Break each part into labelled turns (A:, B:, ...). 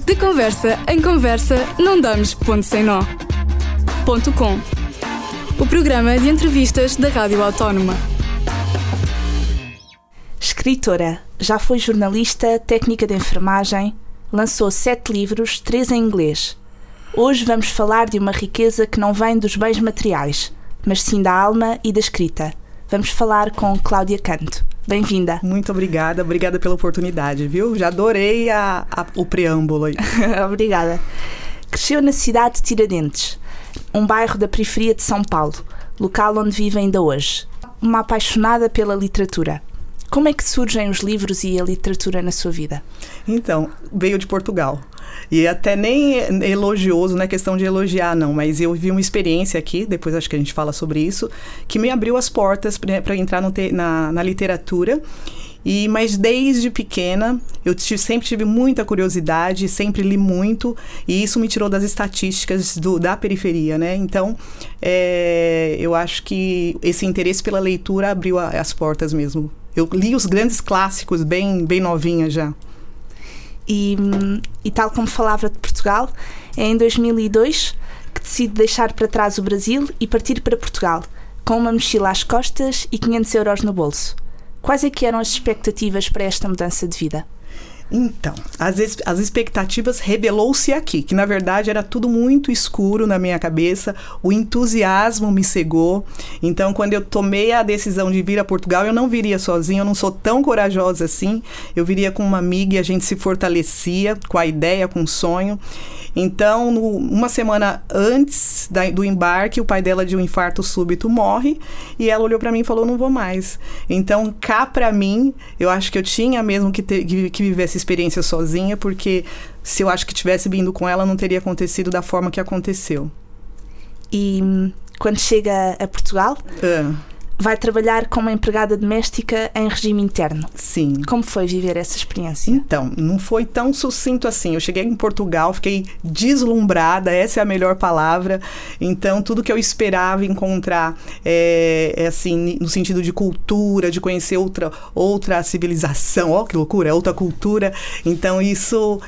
A: De conversa em conversa, não damos ponto sem nó. Ponto com. O programa de entrevistas da Rádio Autónoma.
B: Escritora, já foi jornalista, técnica de enfermagem, lançou 7 livros, 3 em inglês. Hoje vamos falar de uma riqueza que não vem dos bens materiais, mas sim da alma e da escrita. Vamos falar com Cláudia Canto. Bem-vinda.
C: Muito obrigada pela oportunidade, viu? Já adorei o preâmbulo aí.
B: Obrigada. Cresceu na cidade de Tiradentes, um bairro da periferia de São Paulo, local onde vive ainda hoje. Uma apaixonada pela literatura. Como é que surgem os livros e a literatura na sua vida?
C: Então, veio de Portugal. E até nem elogioso, não é questão de elogiar, não, mas eu vi uma experiência aqui, depois acho que a gente fala sobre isso, que me abriu as portas para entrar na literatura. Mas desde pequena, eu sempre tive muita curiosidade, sempre li muito, e isso me tirou das estatísticas da periferia, né? Então, eu acho que esse interesse pela leitura abriu as portas mesmo. Eu li os grandes clássicos bem novinha já.
B: E tal como falava de Portugal, é em 2002 que decide deixar para trás o Brasil e partir para Portugal, com uma mochila às costas e 500 euros no bolso. Quais é que eram as expectativas para esta mudança de vida?
C: Então, as expectativas revelou-se aqui, que na verdade era tudo muito escuro na minha cabeça, o entusiasmo me cegou. Então, quando eu tomei a decisão de vir a Portugal, eu não viria sozinha, eu não sou tão corajosa assim, eu viria com uma amiga e a gente se fortalecia com a ideia, com o sonho. Então, uma semana antes do embarque, o pai dela de um infarto súbito morre e ela olhou para mim e falou, não vou mais. Então, cá para mim, eu acho que eu tinha mesmo que viver essa experiência sozinha, porque se eu acho que tivesse vindo com ela, não teria acontecido da forma que aconteceu.
B: E quando chega a Portugal, vai trabalhar como empregada doméstica em regime interno.
C: Sim.
B: Como foi viver essa experiência?
C: Então, não foi tão sucinto assim. Eu cheguei em Portugal, fiquei deslumbrada, essa é a melhor palavra. Então, tudo que eu esperava encontrar, assim, no sentido de cultura, de conhecer outra civilização, ó, que loucura, outra cultura. Então, isso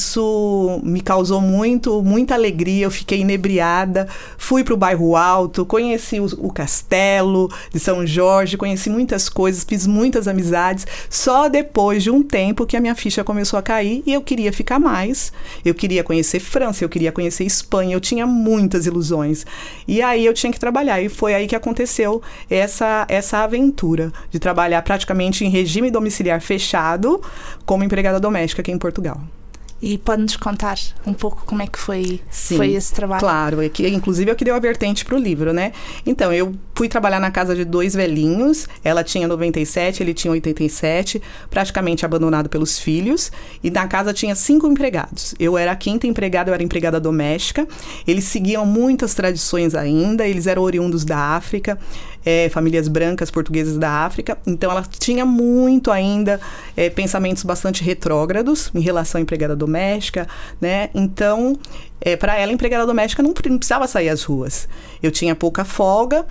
C: me causou muita alegria, eu fiquei inebriada. Fui para o Bairro Alto, conheci o castelo de São Jorge, conheci muitas coisas, fiz muitas amizades, só depois de um tempo que a minha ficha começou a cair e eu queria ficar mais, eu queria conhecer França, eu queria conhecer Espanha, eu tinha muitas ilusões, e aí eu tinha que trabalhar, e foi aí que aconteceu essa aventura de trabalhar praticamente em regime domiciliar fechado como empregada doméstica aqui em Portugal.
B: E pode-nos contar um pouco como é que foi esse trabalho?
C: Claro, inclusive é o que deu a vertente para o livro, né? Então, eu fui trabalhar na casa de 2 velhinhos, ela tinha 97, ele tinha 87, praticamente abandonado pelos filhos, e na casa tinha 5 empregados. Eu era a 5ª empregada, eu era empregada doméstica, eles seguiam muitas tradições ainda, eles eram oriundos da África, famílias brancas portuguesas da África, então ela tinha muito ainda pensamentos bastante retrógrados em relação à empregada doméstica, né? Então, para ela, empregada doméstica não precisava sair às ruas. Eu tinha pouca folga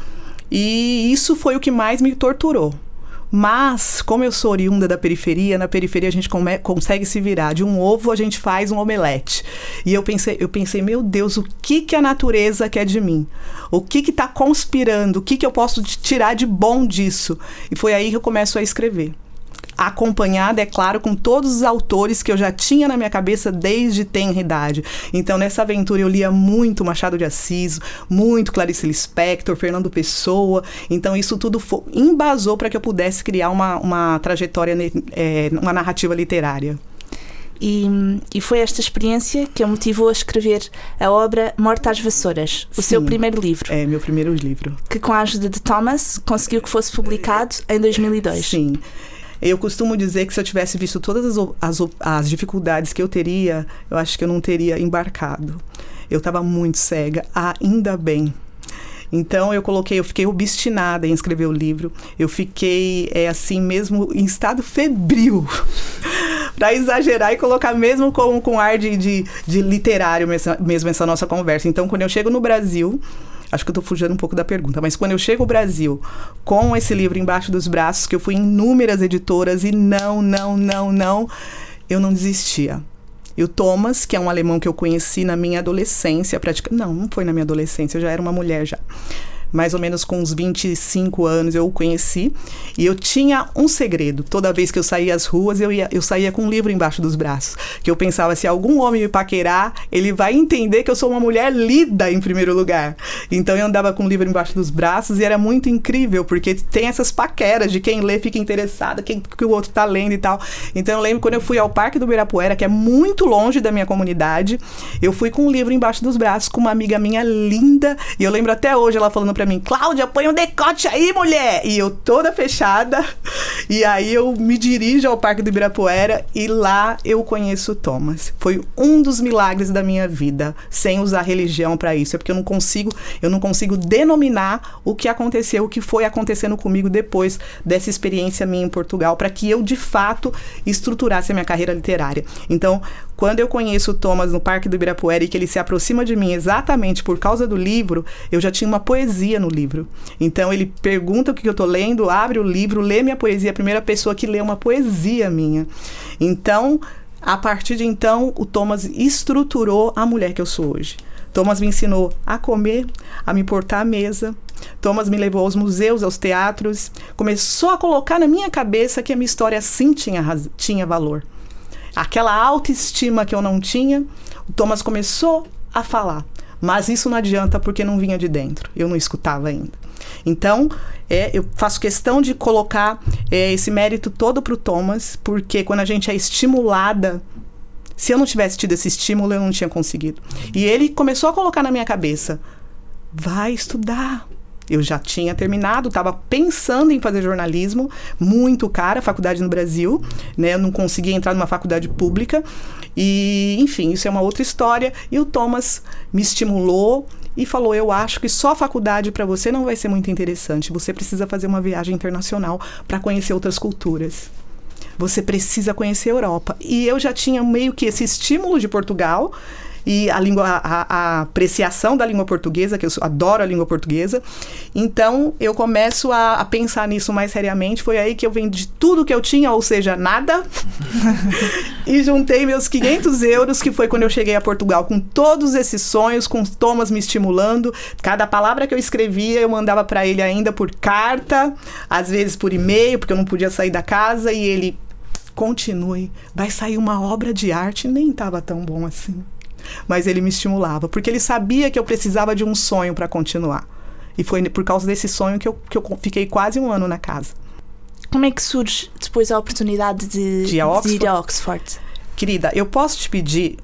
C: e isso foi o que mais me torturou. Mas, como eu sou oriunda da periferia, na periferia a gente consegue se virar. De um ovo a gente faz um omelete. E eu pensei, meu Deus, o que a natureza quer de mim? O que está conspirando? O que eu posso tirar de bom disso? E foi aí que eu começo a escrever. Acompanhada, é claro, com todos os autores que eu já tinha na minha cabeça desde tenra idade. Então, nessa aventura, eu lia muito Machado de Assis, muito Clarice Lispector, Fernando Pessoa. Então, isso tudo embasou para que eu pudesse criar uma trajetória, uma narrativa literária.
B: E foi esta experiência que a motivou a escrever a obra Morta às Vassouras, o seu primeiro livro.
C: É, meu primeiro livro.
B: Que, com a ajuda de Thomas, conseguiu que fosse publicado em 2002.
C: Sim. Eu costumo dizer que se eu tivesse visto todas as dificuldades que eu teria, eu acho que eu não teria embarcado. Eu estava muito cega, ainda bem. Então, eu fiquei obstinada em escrever o livro. Eu fiquei, assim mesmo, em estado febril. Para exagerar e colocar mesmo com ar de literário mesmo essa nossa conversa. Então, quando eu chego no Brasil... Acho que eu estou fugindo um pouco da pergunta, mas quando eu chego ao Brasil com esse livro embaixo dos braços, que eu fui em inúmeras editoras e não, eu não desistia. E o Thomas, que é um alemão que eu conheci na minha adolescência, não foi na minha adolescência, eu já era uma mulher já. Mais ou menos com uns 25 anos eu o conheci. E eu tinha um segredo. Toda vez que eu saía às ruas, eu saía com um livro embaixo dos braços. Que eu pensava, se algum homem me paquerar, ele vai entender que eu sou uma mulher lida em primeiro lugar. Então eu andava com um livro embaixo dos braços e era muito incrível, porque tem essas paqueras de quem lê fica interessada, que o outro tá lendo e tal. Então eu lembro quando eu fui ao Parque do Ibirapuera, que é muito longe da minha comunidade, eu fui com um livro embaixo dos braços com uma amiga minha linda. E eu lembro até hoje ela falando pra mim, Cláudia, põe um decote aí, mulher! E eu toda fechada, e aí eu me dirijo ao Parque do Ibirapuera e lá eu conheço o Thomas. Foi um dos milagres da minha vida, sem usar religião para isso, é porque eu não consigo denominar o que aconteceu, o que foi acontecendo comigo depois dessa experiência minha em Portugal, para que eu, de fato, estruturasse a minha carreira literária. Então, quando eu conheço o Thomas no Parque do Ibirapuera e que ele se aproxima de mim exatamente por causa do livro, eu já tinha uma poesia no livro. Então ele pergunta o que eu tô lendo, abre o livro, lê minha poesia, a primeira pessoa que lê uma poesia minha. Então, a partir de então, o Thomas estruturou a mulher que eu sou hoje. Thomas me ensinou a comer, a me portar à mesa. Thomas me levou aos museus, aos teatros. Começou a colocar na minha cabeça que a minha história sim tinha valor. Aquela autoestima que eu não tinha, o Thomas começou a falar. Mas isso não adianta porque não vinha de dentro. Eu não escutava ainda. Então, eu faço questão de colocar esse mérito todo para o Thomas, porque quando a gente é estimulada, se eu não tivesse tido esse estímulo, eu não tinha conseguido. E ele começou a colocar na minha cabeça, vai estudar. Eu já tinha terminado, estava pensando em fazer jornalismo, muito cara a faculdade no Brasil, né? Eu não conseguia entrar numa faculdade pública. E, enfim, isso é uma outra história. E o Thomas me estimulou e falou, eu acho que só a faculdade para você não vai ser muito interessante. Você precisa fazer uma viagem internacional para conhecer outras culturas. Você precisa conhecer a Europa. E eu já tinha meio que esse estímulo de Portugal e a apreciação da língua portuguesa, que eu adoro a língua portuguesa. Então, eu começo a pensar nisso mais seriamente. Foi aí que eu vendi tudo que eu tinha, ou seja, nada, e juntei meus 500 euros, que foi quando eu cheguei a Portugal, com todos esses sonhos, com o Thomas me estimulando. Cada palavra que eu escrevia, eu mandava para ele ainda por carta, às vezes por e-mail, porque eu não podia sair da casa, e ele, continue, vai sair uma obra de arte. Nem estava tão bom assim. Mas ele me estimulava, porque ele sabia que eu precisava de um sonho para continuar. E foi por causa desse sonho que eu fiquei quase um ano na casa.
B: Como é que surge depois a oportunidade de ir a Oxford?
C: Querida, eu posso te pedir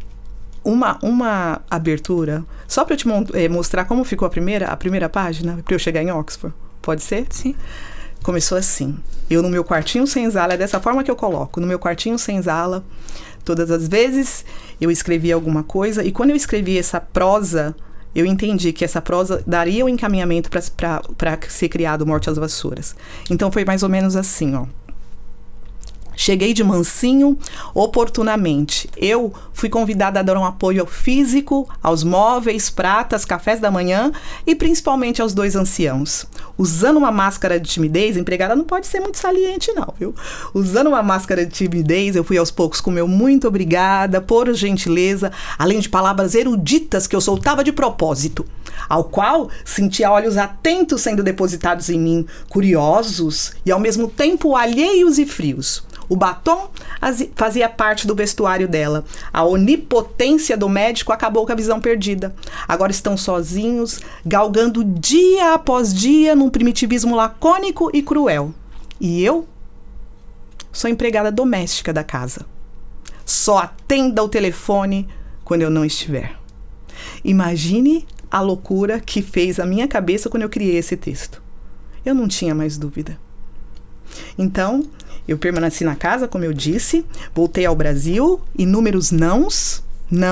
C: uma abertura, só para eu te mostrar como ficou a primeira página, para eu chegar em Oxford? Pode ser?
B: Sim.
C: Começou assim, eu no meu quartinho senzala, é dessa forma que eu coloco, no meu quartinho senzala, todas as vezes eu escrevia alguma coisa, e quando eu escrevi essa prosa, eu entendi que essa prosa daria o encaminhamento para ser criado Morte às Vassouras. Então foi mais ou menos assim, ó. Cheguei de mansinho, oportunamente. Eu fui convidada a dar um apoio físico aos móveis, pratas, cafés da manhã e principalmente aos 2 anciãos. Usando uma máscara de timidez, a empregada não pode ser muito saliente não, viu? Usando uma máscara de timidez, eu fui aos poucos com meu muito obrigada, por gentileza, além de palavras eruditas que eu soltava de propósito, ao qual sentia olhos atentos sendo depositados em mim, curiosos e ao mesmo tempo alheios e frios. O batom fazia parte do vestuário dela. A onipotência do médico acabou com a visão perdida. Agora estão sozinhos, galgando dia após dia num primitivismo lacônico e cruel. E eu sou empregada doméstica da casa. Só atenda o telefone quando eu não estiver. Imagine a loucura que fez a minha cabeça quando eu criei esse texto. Eu não tinha mais dúvida. Então, eu permaneci na casa, como eu disse, voltei ao Brasil, inúmeros nãos.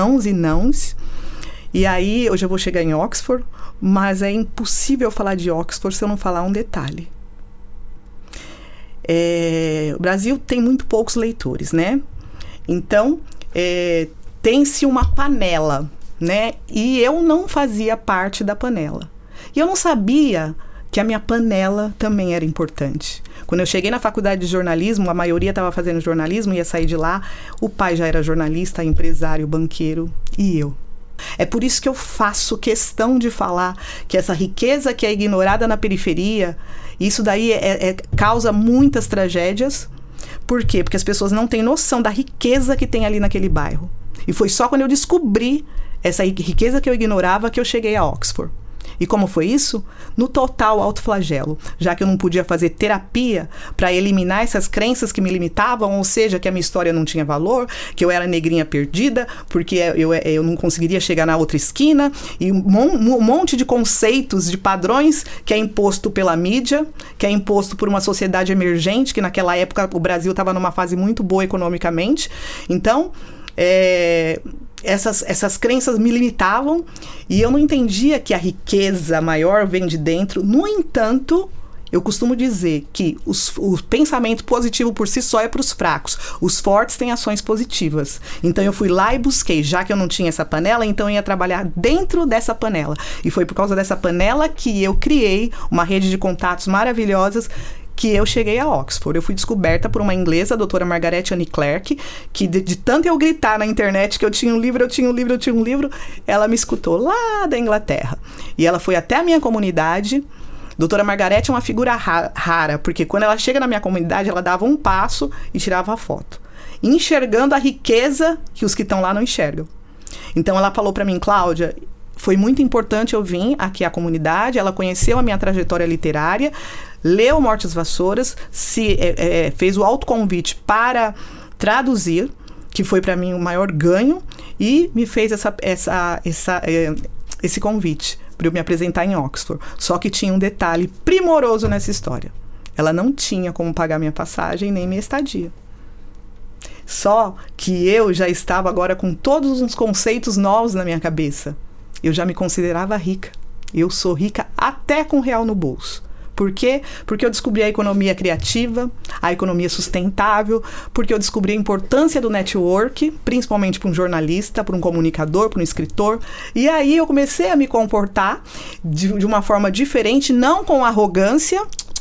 C: E aí, hoje eu vou chegar em Oxford, mas é impossível falar de Oxford se eu não falar um detalhe. O Brasil tem muito poucos leitores, né? Então, tem-se uma panela, né? E eu não fazia parte da panela. E eu não sabia que a minha panela também era importante. Quando eu cheguei na faculdade de jornalismo, a maioria estava fazendo jornalismo, ia sair de lá, o pai já era jornalista, empresário, banqueiro, e eu. É por isso que eu faço questão de falar que essa riqueza que é ignorada na periferia, isso daí causa muitas tragédias. Por quê? Porque as pessoas não têm noção da riqueza que tem ali naquele bairro. E foi só quando eu descobri essa riqueza que eu ignorava que eu cheguei a Oxford. E como foi isso? No total autoflagelo, já que eu não podia fazer terapia para eliminar essas crenças que me limitavam, ou seja, que a minha história não tinha valor, que eu era negrinha perdida, porque eu não conseguiria chegar na outra esquina, e um monte de conceitos, de padrões que é imposto pela mídia, que é imposto por uma sociedade emergente, que naquela época o Brasil estava numa fase muito boa economicamente. Então, essas crenças me limitavam e eu não entendia que a riqueza maior vem de dentro. No entanto, eu costumo dizer que o pensamento positivo por si só é para os fracos. Os fortes têm ações positivas. Então eu fui lá e busquei, já que eu não tinha essa panela, então eu ia trabalhar dentro dessa panela. E foi por causa dessa panela que eu criei uma rede de contatos maravilhosas, que eu cheguei a Oxford. Eu fui descoberta por uma inglesa, a doutora Margaret Annie Clark, que de tanto eu gritar na internet que eu tinha um livro, ela me escutou lá da Inglaterra. E ela foi até a minha comunidade. Doutora Margaret é uma figura rara, porque quando ela chega na minha comunidade, ela dava um passo e tirava a foto, enxergando a riqueza que os que estão lá não enxergam. Então ela falou para mim: Cláudia, foi muito importante eu vir aqui à comunidade. Ela conheceu a minha trajetória literária, leu Morte às Vassouras, fez o autoconvite para traduzir, que foi para mim o maior ganho, e me fez esse convite para eu me apresentar em Oxford. Só que tinha um detalhe primoroso nessa história. Ela não tinha como pagar minha passagem nem minha estadia. Só que eu já estava agora com todos uns conceitos novos na minha cabeça. Eu já me considerava rica. Eu sou rica até com R$1 no bolso. Por quê? Porque eu descobri a economia criativa, a economia sustentável, porque eu descobri a importância do network, principalmente para um jornalista, para um comunicador, para um escritor. E aí eu comecei a me comportar de uma forma diferente, não com arrogância,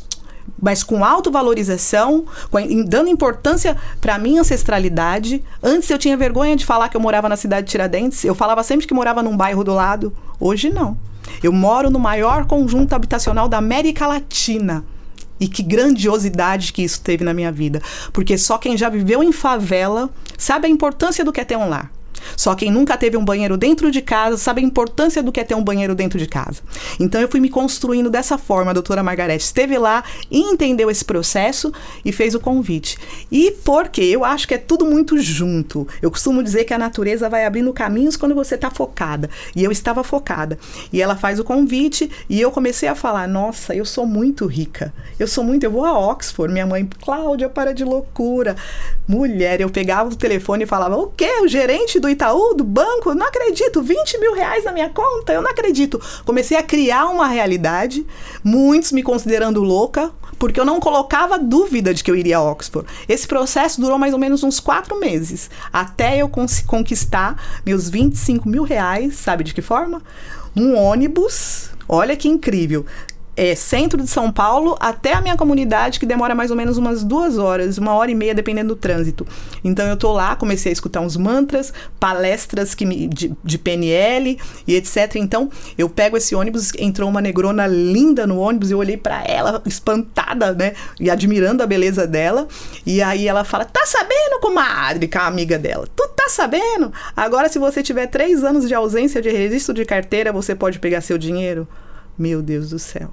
C: mas com autovalorização, dando importância para a minha ancestralidade. Antes eu tinha vergonha de falar que eu morava na cidade de Tiradentes. Eu falava sempre que morava num bairro do lado. Hoje não. Eu moro no maior conjunto habitacional da América Latina. E que grandiosidade que isso teve na minha vida. Porque só quem já viveu em favela sabe a importância do que é ter um lar. Só quem nunca teve um banheiro dentro de casa sabe a importância do que é ter um banheiro dentro de casa. Então eu fui me construindo dessa forma. A doutora Margaret esteve lá e entendeu esse processo e fez o convite. E porque eu acho que é tudo muito junto. Eu costumo dizer que a natureza vai abrindo caminhos quando você está focada. E eu estava focada. E ela faz o convite e eu comecei a falar: nossa, eu sou muito rica. Eu vou a Oxford. Minha mãe: Cláudia, para de loucura. Mulher, eu pegava o telefone e falava: o quê? O gerente do Itaú, do banco? Não acredito, R$20 mil na minha conta, eu não acredito. Comecei a criar uma realidade, muitos me considerando louca, porque eu não colocava dúvida de que eu iria a Oxford. Esse processo durou mais ou menos uns 4 meses, até eu conquistar meus R$25 mil, sabe de que forma? Um ônibus, olha que incrível, centro de São Paulo até a minha comunidade, que demora mais ou menos umas 2 horas, 1h30, dependendo do trânsito. Então eu tô lá, comecei a escutar uns mantras, palestras de PNL e etc. Então eu pego esse ônibus, entrou uma negrona linda no ônibus, eu olhei pra ela espantada, né, e admirando a beleza dela, e aí ela fala: tá sabendo, comadre, com a amiga dela, tu tá sabendo? Agora, se você tiver 3 anos de ausência de registro de carteira, você pode pegar seu dinheiro? Meu Deus do céu.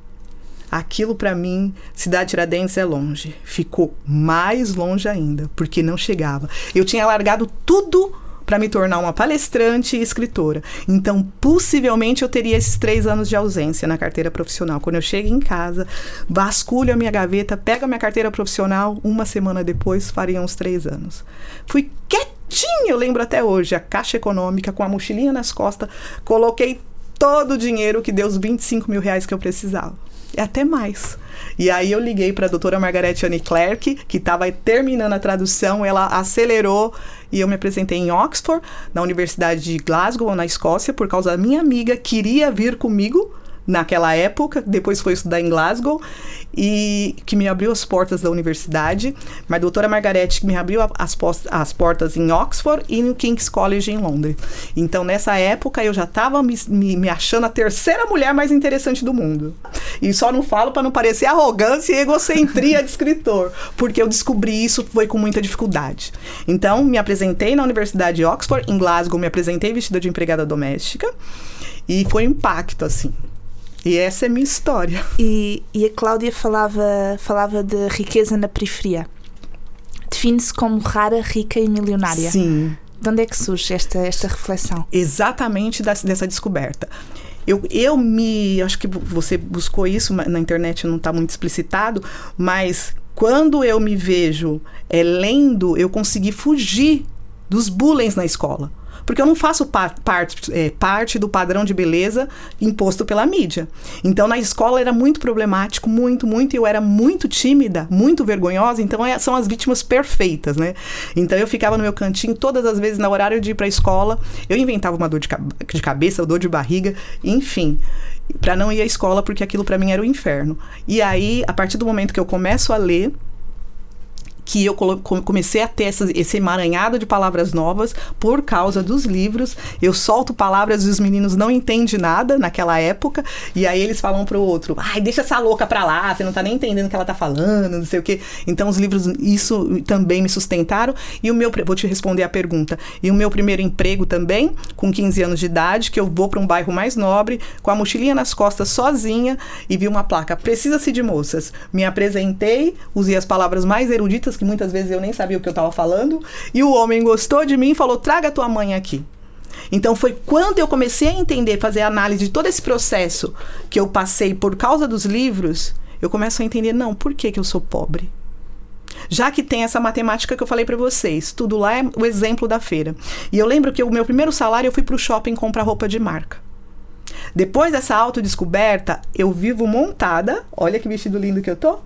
C: Aquilo para mim, Cidade Tiradentes é longe. Ficou mais longe ainda, porque não chegava. Eu tinha largado tudo para me tornar uma palestrante e escritora. Então, possivelmente, eu teria esses 3 anos de ausência na carteira profissional. Quando eu chego em casa, vasculho a minha gaveta, pego a minha carteira profissional, 1 semana depois, faria uns 3 anos. Fui quietinha, eu lembro até hoje, a Caixa Econômica, com a mochilinha nas costas, coloquei todo o dinheiro que deu os R$25 mil que eu precisava. E até mais. E aí eu liguei para a doutora Margaret Annie Clark, que estava terminando a tradução, ela acelerou e eu me apresentei em Oxford, na Universidade de Glasgow, na Escócia, por causa da minha amiga, queria vir comigo naquela época, depois foi estudar em Glasgow, e que me abriu as portas da universidade, mas a doutora Margarete me abriu as portas em Oxford e no King's College em Londres. Então, nessa época, eu já estava me achando a terceira mulher mais interessante do mundo. E só não falo para não parecer arrogância e egocentria de escritor, porque eu descobri isso foi com muita dificuldade. Então, me apresentei na Universidade de Oxford, em Glasgow, me apresentei vestida de empregada doméstica, e foi um impacto, assim. E essa é a minha história.
B: E a Cláudia falava de riqueza na periferia. Define-se como rara, rica e milionária.
C: Sim.
B: De onde é que surge esta reflexão?
C: Exatamente dessa descoberta. Acho que você buscou isso, na internet não está muito explicitado, mas quando eu me vejo lendo, eu consegui fugir dos bullying na escola. Porque eu não faço parte do padrão de beleza imposto pela mídia. Então, na escola era muito problemático, muito, e eu era muito tímida, muito vergonhosa, então são as vítimas perfeitas, né? Então, eu ficava no meu cantinho, todas as vezes, no horário de ir para a escola, eu inventava uma dor de cabeça, dor de barriga, enfim, para não ir à escola, porque aquilo para mim era o inferno. E aí, a partir do momento que eu começo a ler, que eu comecei a ter esse emaranhado de palavras novas por causa dos livros. Eu solto palavras e os meninos não entendem nada naquela época, e aí eles falam pro outro, ai, deixa essa louca pra lá, você não tá nem entendendo o que ela tá falando, não sei o quê. Então os livros, isso também me sustentaram, e vou te responder a pergunta, e o meu primeiro emprego também, com 15 anos de idade, que eu vou para um bairro mais nobre, com a mochilinha nas costas, sozinha, e vi uma placa, precisa-se de moças. Me apresentei, usei as palavras mais eruditas, que muitas vezes eu nem sabia o que eu estava falando, e o homem gostou de mim e falou, traga tua mãe aqui. Então foi quando eu comecei a entender, fazer a análise de todo esse processo que eu passei por causa dos livros, eu começo a entender, não, por que eu sou pobre? Já que tem essa matemática que eu falei para vocês, tudo lá é o exemplo da feira. E eu lembro que o meu primeiro salário eu fui para o shopping comprar roupa de marca. Depois dessa autodescoberta, eu vivo montada, olha que vestido lindo que eu tô,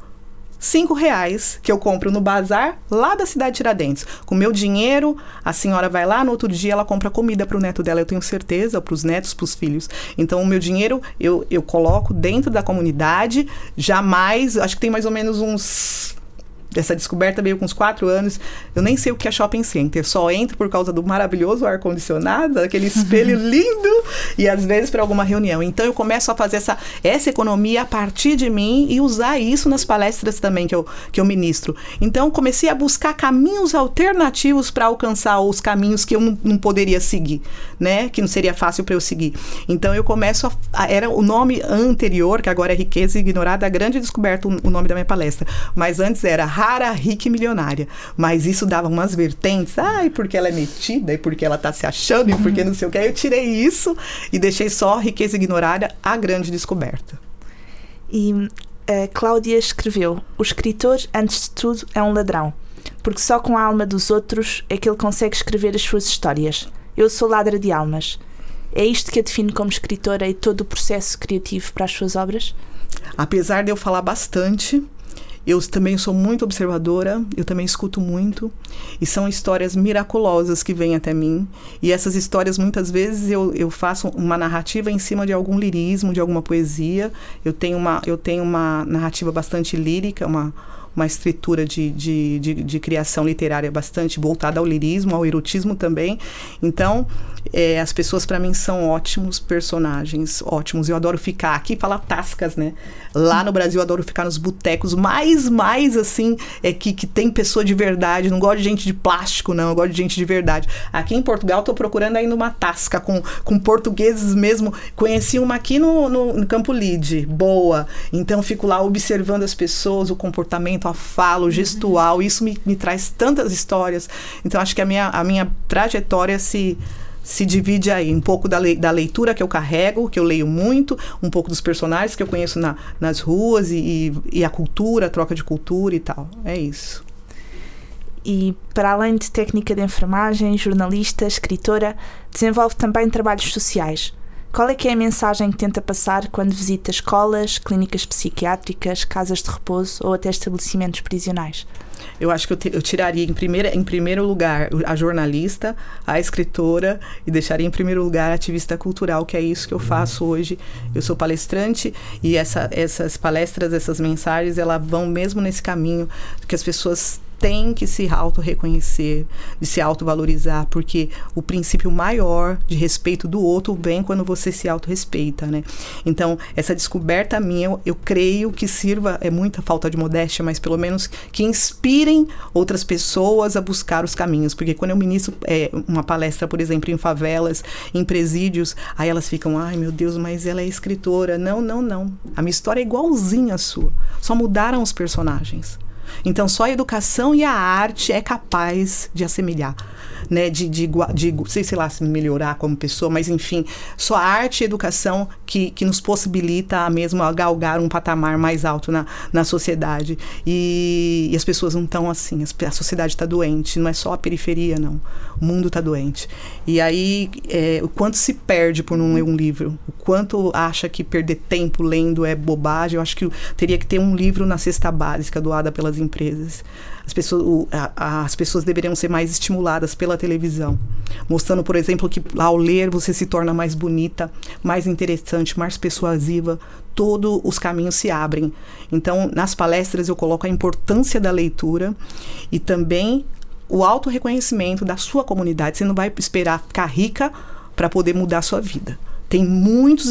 C: R$5 que eu compro no bazar lá da cidade de Tiradentes. Com meu dinheiro, a senhora vai lá, no outro dia ela compra comida para o neto dela, eu tenho certeza, para os netos, para os filhos. Então, o meu dinheiro eu coloco dentro da comunidade, jamais, acho que tem mais ou menos uns... Essa descoberta veio com uns 4 anos. Eu nem sei o que é shopping center. Só entro por causa do maravilhoso ar-condicionado, aquele espelho lindo, e às vezes para alguma reunião. Então eu começo a fazer essa economia a partir de mim e usar isso nas palestras também que eu ministro. Então comecei a buscar caminhos alternativos para alcançar os caminhos que eu não poderia seguir, né? Que não seria fácil para eu seguir. Então eu começo era o nome anterior, que agora é Riqueza Ignorada, a grande descoberta, o nome da minha palestra. Mas antes era Rara, Rica e Milionária. Mas isso dava umas vertentes. Ai, porque ela é metida, e porque ela tá se achando, e porque não sei o que. Aí eu tirei isso e deixei só Riqueza Ignorada, a grande descoberta.
B: E Cláudia escreveu, o escritor, antes de tudo, é um ladrão. Porque só com a alma dos outros é que ele consegue escrever as suas histórias. Eu sou ladra de almas. É isto que a define como escritora e todo o processo criativo para as suas obras?
C: Apesar de eu falar bastante... Eu também sou muito observadora, eu também escuto muito, e são histórias miraculosas que vêm até mim, e essas histórias muitas vezes eu faço uma narrativa em cima de algum lirismo, de alguma poesia. Eu tenho uma narrativa bastante lírica, uma escritura de criação literária bastante voltada ao lirismo, ao erotismo também. Então, as pessoas para mim são ótimos personagens, ótimos. Eu adoro ficar aqui, falar tascas, né? Lá no Brasil eu adoro ficar nos botecos mais assim, que tem pessoa de verdade. Não gosto de gente de plástico, não. Eu gosto de gente de verdade. Aqui em Portugal estou procurando ainda uma tasca com portugueses mesmo. Conheci uma aqui no Campo Lide, boa. Então fico lá observando as pessoas, o comportamento, a fala, o gestual. Isso me traz tantas histórias. Então acho que a minha trajetória se divide aí, um pouco da leitura que eu carrego, que eu leio muito, um pouco dos personagens que eu conheço nas ruas e a cultura, a troca de cultura e tal. É isso.
B: E, para além de técnica de enfermagem, jornalista, escritora, desenvolve também trabalhos sociais. Qual é que é a mensagem que tenta passar quando visita escolas, clínicas psiquiátricas, casas de repouso ou até estabelecimentos prisionais?
C: Eu acho que eu tiraria em primeiro lugar a jornalista, a escritora, e deixaria em primeiro lugar a ativista cultural, que é isso que eu faço hoje. Eu sou palestrante e essas palestras, essas mensagens, elas vão mesmo nesse caminho que as pessoas têm que se auto-reconhecer, de se auto-valorizar, porque o princípio maior de respeito do outro vem quando você se auto-respeita, né? Então, essa descoberta minha, eu creio que sirva, é muita falta de modéstia, mas pelo menos que inspirem outras pessoas a buscar os caminhos, porque quando eu ministro uma palestra, por exemplo, em favelas, em presídios, aí elas ficam, ai meu Deus, mas ela é escritora. Não. A minha história é igualzinha à sua, só mudaram os personagens. Então, só a educação e a arte é capaz de assemelhar, né? Sei lá, se melhorar como pessoa, mas enfim, só a arte e a educação que nos possibilita mesmo a galgar um patamar mais alto na sociedade. E as pessoas não estão assim, a sociedade está doente, não é só a periferia, não. O mundo está doente. E aí, o quanto se perde por não ler um livro, o quanto acha que perder tempo lendo é bobagem. Eu acho que teria que ter um livro na cesta básica doada pelas empresas. As pessoas deveriam ser mais estimuladas pela televisão, mostrando, por exemplo, que ao ler você se torna mais bonita, mais interessante, mais persuasiva, todos os caminhos se abrem. Então, nas palestras eu coloco a importância da leitura e também o autorreconhecimento da sua comunidade. Você não vai esperar ficar rica para poder mudar a sua vida. Tem muitos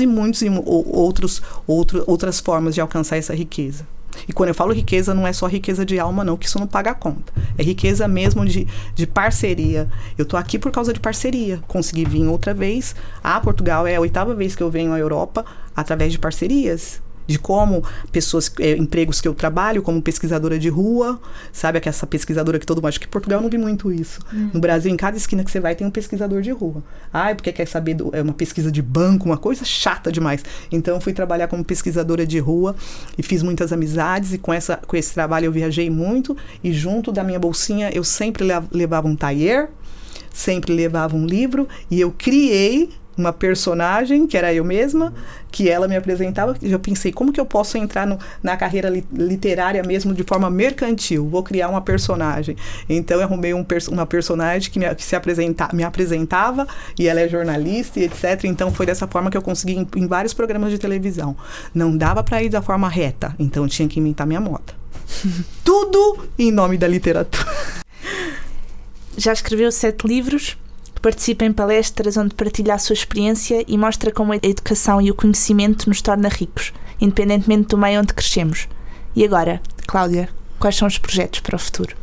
C: outras formas de alcançar essa riqueza. E quando eu falo riqueza, não é só riqueza de alma, não, que isso não paga a conta. É riqueza mesmo de parceria. Eu tô aqui por causa de parceria. Consegui vir outra vez a Portugal. É a 8ª vez que eu venho à Europa através de parcerias. De como empregos que eu trabalho, como pesquisadora de rua, sabe? Essa pesquisadora que todo mundo... Acho que em Portugal eu não vi muito isso. No Brasil, em cada esquina que você vai, tem um pesquisador de rua. Porque quer saber... É uma pesquisa de banco, uma coisa chata demais. Então, eu fui trabalhar como pesquisadora de rua e fiz muitas amizades. E com esse trabalho eu viajei muito. E junto da minha bolsinha, eu sempre levava um tailleur, sempre levava um livro. E eu criei uma personagem, que era eu mesma, que ela me apresentava, e eu pensei, como que eu posso entrar na carreira literária mesmo de forma mercantil? Vou criar uma personagem. Então, eu arrumei uma personagem que me apresentava, e ela é jornalista, e etc. Então, foi dessa forma que eu consegui em vários programas de televisão. Não dava para ir da forma reta, então eu tinha que inventar minha moda. Tudo em nome da literatura.
B: Já escreveu 7 livros? Participa em palestras onde partilha a sua experiência e mostra como a educação e o conhecimento nos torna ricos, independentemente do meio onde crescemos. E agora, Cláudia, quais são os projetos para o futuro?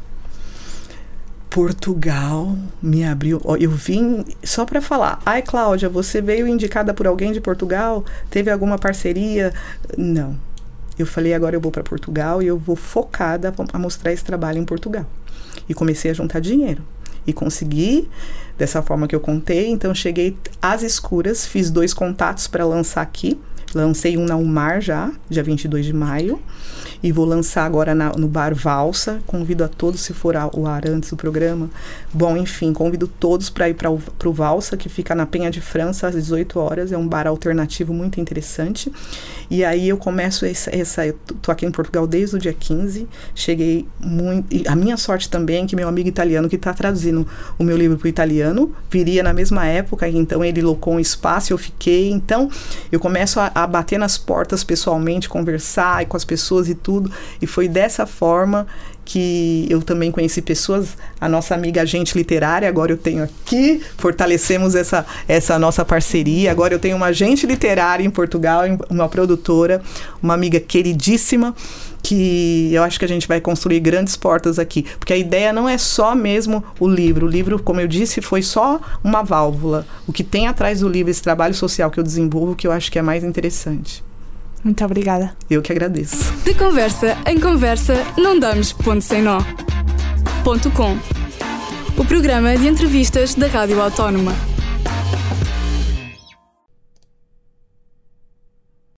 C: Portugal me abriu... Eu vim só para falar. Ai, Cláudia, você veio indicada por alguém de Portugal? Teve alguma parceria? Não. Eu falei, agora eu vou para Portugal e eu vou focada a mostrar esse trabalho em Portugal. E comecei a juntar dinheiro. E consegui, dessa forma que eu contei. Então, cheguei às escuras, fiz 2 contatos para lançar aqui. Lancei um na UMAR já, dia 22 de maio. E vou lançar agora no Bar Valsa. Convido a todos, se for ao ar antes do programa. Bom, enfim, convido todos para ir para o Valsa, que fica na Penha de França, às 18 horas. É um bar alternativo muito interessante. E aí eu começo eu tô aqui em Portugal desde o dia 15. Cheguei muito... E a minha sorte também é que meu amigo italiano, que está traduzindo o meu livro para o italiano, viria na mesma época. Então, ele locou um espaço e eu fiquei. Então, eu começo a bater nas portas pessoalmente, conversar com as pessoas e tudo. E foi dessa forma que eu também conheci pessoas, a nossa amiga agente literária, agora eu tenho aqui, fortalecemos essa nossa parceria. Agora eu tenho uma agente literária em Portugal, uma produtora, uma amiga queridíssima, que eu acho que a gente vai construir grandes portas aqui. Porque a ideia não é só mesmo o livro. O livro, como eu disse, foi só uma válvula. O que tem atrás do livro, esse trabalho social que eu desenvolvo, que eu acho que é mais interessante.
B: Muito obrigada.
C: Eu que agradeço.
A: De conversa em conversa, não damos ponto sem nó. .com, o programa de entrevistas da Rádio Autónoma.